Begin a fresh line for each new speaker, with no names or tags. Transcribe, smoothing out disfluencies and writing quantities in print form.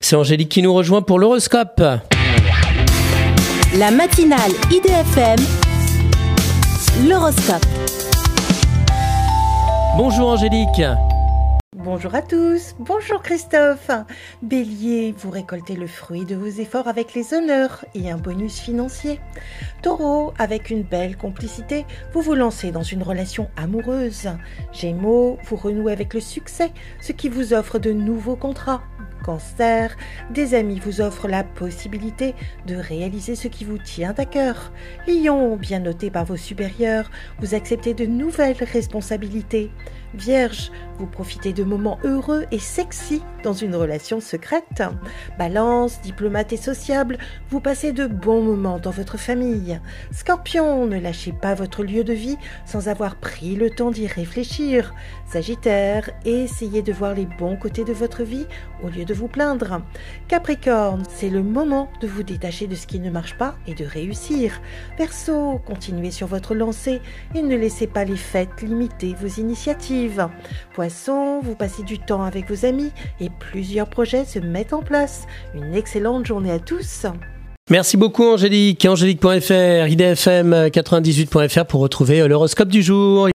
C'est Angélique qui nous rejoint pour l'horoscope.
La matinale IDFM, l'horoscope.
Bonjour Angélique.
Bonjour à tous, bonjour Christophe. Bélier, vous récoltez le fruit de vos efforts avec les honneurs et un bonus financier. Taureau, avec une belle complicité, vous vous lancez dans une relation amoureuse. Gémeaux, vous renouez avec le succès, ce qui vous offre de nouveaux contrats. Cancer, des amis vous offrent la possibilité de réaliser ce qui vous tient à cœur. Lion, bien noté par vos supérieurs, vous acceptez de nouvelles responsabilités. Vierge, vous profitez de moments heureux et sexy dans une relation secrète. Balance, diplomate et sociable, vous passez de bons moments dans votre famille. Scorpion, ne lâchez pas votre lieu de vie sans avoir pris le temps d'y réfléchir. Sagittaire, essayez de voir les bons côtés de votre vie au lieu de vous plaindre. Capricorne, c'est le moment de vous détacher de ce qui ne marche pas et de réussir. Verseau, continuez sur votre lancée et ne laissez pas les fêtes limiter vos initiatives. Poisson, vous passez du temps avec vos amis et plusieurs projets se mettent en place. Une excellente journée à tous.
Merci beaucoup Angélique. Angélique.fr, idfm98.fr pour retrouver l'horoscope du jour.